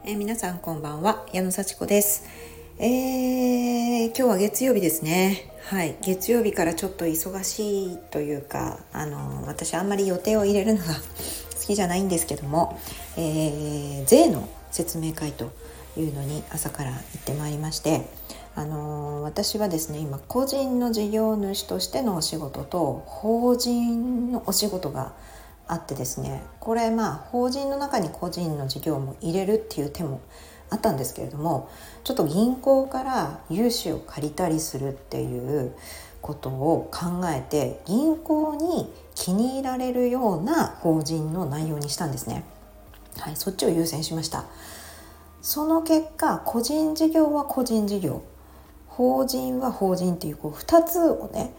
皆さんこんばんは、矢野幸子です。今日は月曜日ですね。はい、月曜日からちょっと忙しいというか、私あんまり予定を入れるのが好きじゃないんですけども、税の説明会というのに朝から行ってまいりまして、私はですね、今個人の事業主としてのお仕事と法人のお仕事があってですね、これ法人の中に個人の事業も入れるっていう手もあったんですけれども、ちょっと銀行から融資を借りたりするっていうことを考えて、銀行に気に入られるような法人の内容にしたんですね。はい、そっちを優先しました。その結果、個人事業は個人事業、法人は法人っていう2つをね、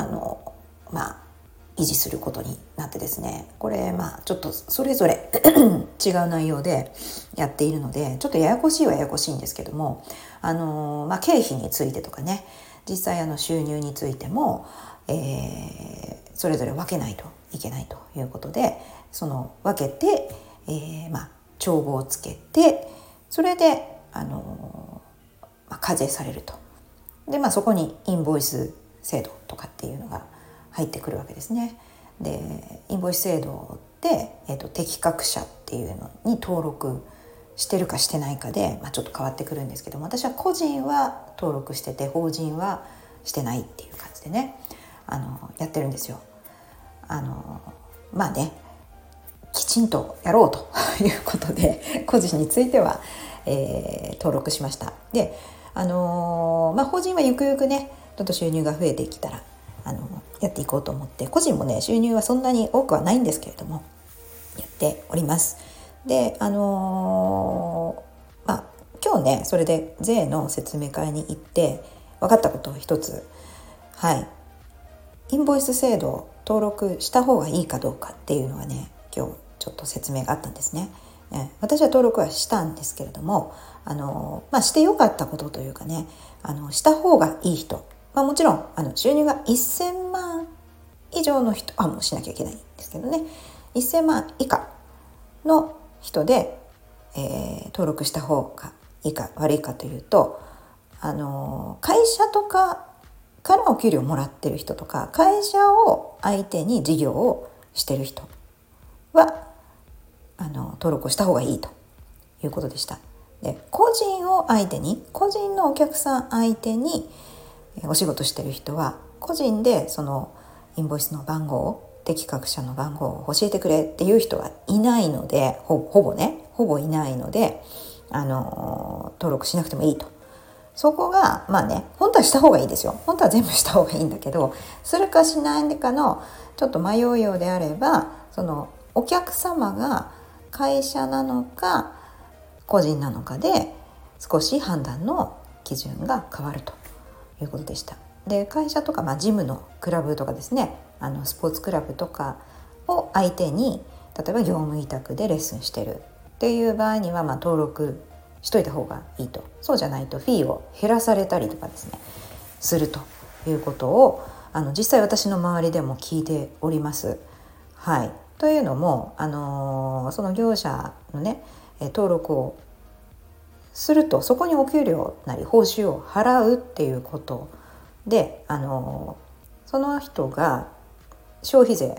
維持することになってですね、これちょっとそれぞれ違う内容でやっているので、ちょっとややこしいはややこしいんですけども、経費についてとかね、実際収入についても、それぞれ分けないといけないということで、その分けて、帳簿をつけて、それで課税されると。でそこにインボイス制度とかっていうのが入ってくるわけですね。でインボイス制度で、適格者っていうのに登録してるかしてないかで、ちょっと変わってくるんですけども、私は個人は登録してて法人はしてないっていう感じでね、やってるんですよ。きちんとやろうということで個人については、登録しました。で法人はゆくゆくね、ちょっと収入が増えてきたらやっていこうと思って、個人もね収入はそんなに多くはないんですけれどもやっております。で今日ね、それで税の説明会に行って分かったことを一つ、インボイス制度を登録した方がいいかどうかっていうのがね、今日ちょっと説明があったんですね。私は登録はしたんですけれども、してよかったことというかね、した方がいい人、もちろん収入が1000万以上の人もしなきゃいけないんですけどね、1000万以下の人で、登録した方がいいか悪いかというと、会社とかからお給料もらってる人とか、会社を相手に事業をしてる人は登録をした方がいいということでした。で個人を相手に、個人のお客さん相手にお仕事してる人は、個人でそのインボイスの番号、適格者の番号を教えてくれっていう人はいないので、ほぼいないので、登録しなくてもいいと。そこが本当はした方がいいですよ。本当は全部した方がいいんだけど、するかしないかのちょっと迷うようであれば、そのお客様が会社なのか個人なのかで少し判断の基準が変わるということでした。で会社とか、ジムのクラブとかですね、スポーツクラブとかを相手に、例えば業務委託でレッスンしてるっていう場合には、登録しといた方がいいと。そうじゃないとフィーを減らされたりとかですねするということを実際私の周りでも聞いております。というのもその業者のね登録をすると、そこにお給料なり報酬を払うっていうことで、その人が消費税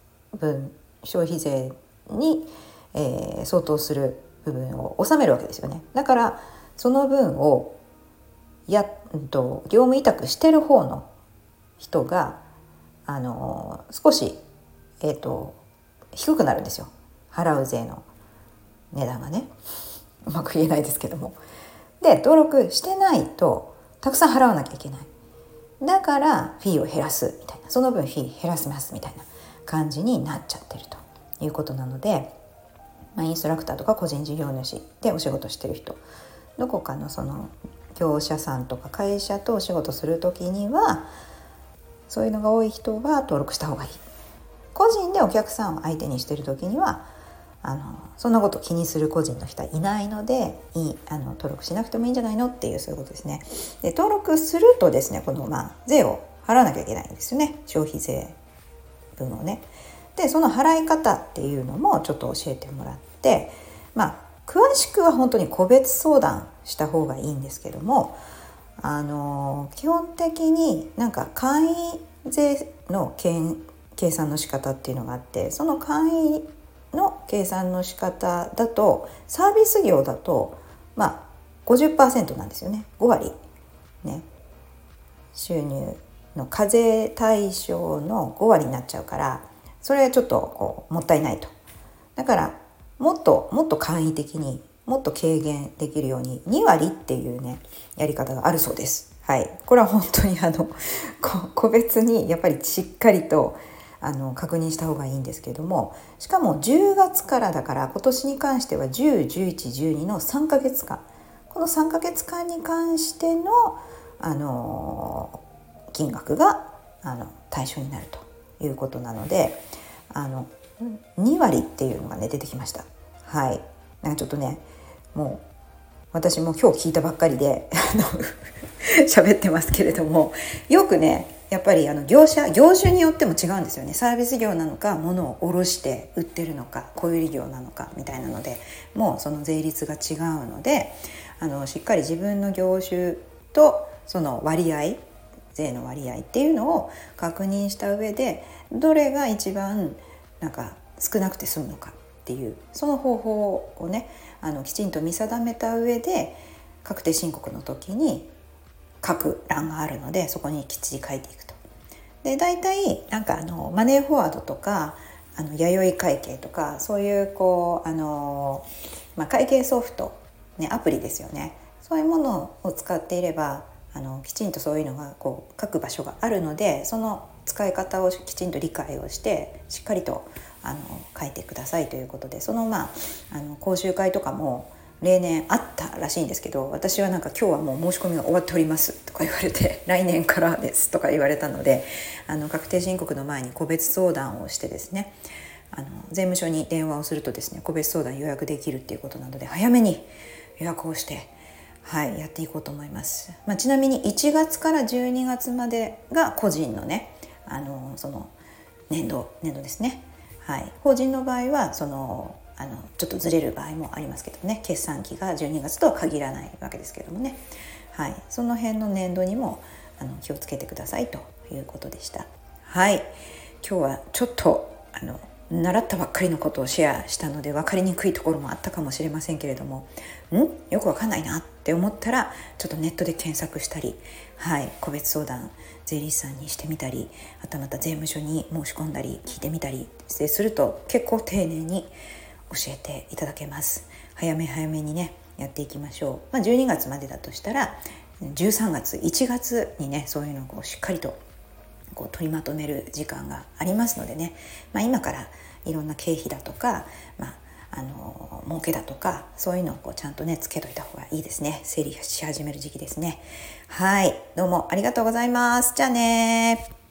に、相当する部分を納めるわけですよね。だからその分を業務委託してる方の人が少し、低くなるんですよ。払う税の値段がね、うまく言えないですけども。で登録してないとたくさん払わなきゃいけない。だからフィーを減らすみたいな、その分フィー減らせますみたいな感じになっちゃってるということなので、インストラクターとか個人事業主でお仕事してる人、どこかのその業者さんとか会社とお仕事するときには、そういうのが多い人は登録した方がいい。個人でお客さんを相手にしてるときにはそんなこと気にする個人の人はいないので、登録しなくてもいいんじゃないのっていう、そういうことですね。で登録するとですね、この税を払わなきゃいけないんですよね、消費税分をね。でその払い方っていうのもちょっと教えてもらって、 詳しくは本当に個別相談した方がいいんですけども、基本的になんか簡易税の計算の仕方っていうのがあって、その簡易の計算の仕方だとサービス業だと50% なんですよね。5割ね、収入の課税対象の5割になっちゃうから、それはちょっともったいないと。だからもっと簡易的にもっと軽減できるように2割っていうねやり方があるそうです。はい、これは本当に個別にやっぱりしっかりと確認した方がいいんですけども、しかも10月からだから、今年に関しては10、11、12の3ヶ月間、この3ヶ月間に関しての、金額が対象になるということなので、2割っていうのがね出てきました。はい、なんかちょっとね、もう私も今日聞いたばっかりで喋ってますけれども、よくねやっぱり業種によっても違うんですよね。サービス業なのか、物を卸して売ってるのか、小売業なのかみたいなので、もうその税率が違うので、しっかり自分の業種とその割合、税の割合っていうのを確認した上で、どれが一番なんか少なくて済むのかっていう、その方法をねきちんと見定めた上で、確定申告の時に書く欄があるので、そこにきっちり書いていくと。で大体なんかマネーフォワードとか弥生会計とか、そういう会計ソフト、ね、アプリですよね。そういうものを使っていればきちんとそういうのが書く場所があるので、その使い方をきちんと理解をしてしっかりと書いてくださいということで、その講習会とかも例年あったらしいんですけど、私はなんか今日はもう申し込みが終わっておりますとか言われて、来年からですとか言われたので、確定申告の前に個別相談をしてですね、税務署に電話をするとですね、個別相談予約できるっていうことなので、早めに予約をして、はい、やっていこうと思います。ちなみに1月から12月までが個人のねその年度ですね。はい、法人の場合はちょっとずれる場合もありますけどね、決算期が12月とは限らないわけですけどもね、はい、その辺の年度にも気をつけてくださいということでした。はい、今日はちょっと習ったばっかりのことをシェアしたので分かりにくいところもあったかもしれませんけれども、よく分かんないなって思ったらちょっとネットで検索したり、はい、個別相談税理士さんにしてみたり、あとまた税務署に申し込んだり聞いてみたりすると結構丁寧に教えていただけます。早めにねやっていきましょう。12月までだとしたら13月1月にね、そういうのをしっかりと取りまとめる時間がありますのでね、今からいろんな経費だとか、儲けだとか、そういうのをちゃんとねつけといた方がいいですね。整理し始める時期ですね。はい、どうもありがとうございます。じゃあね。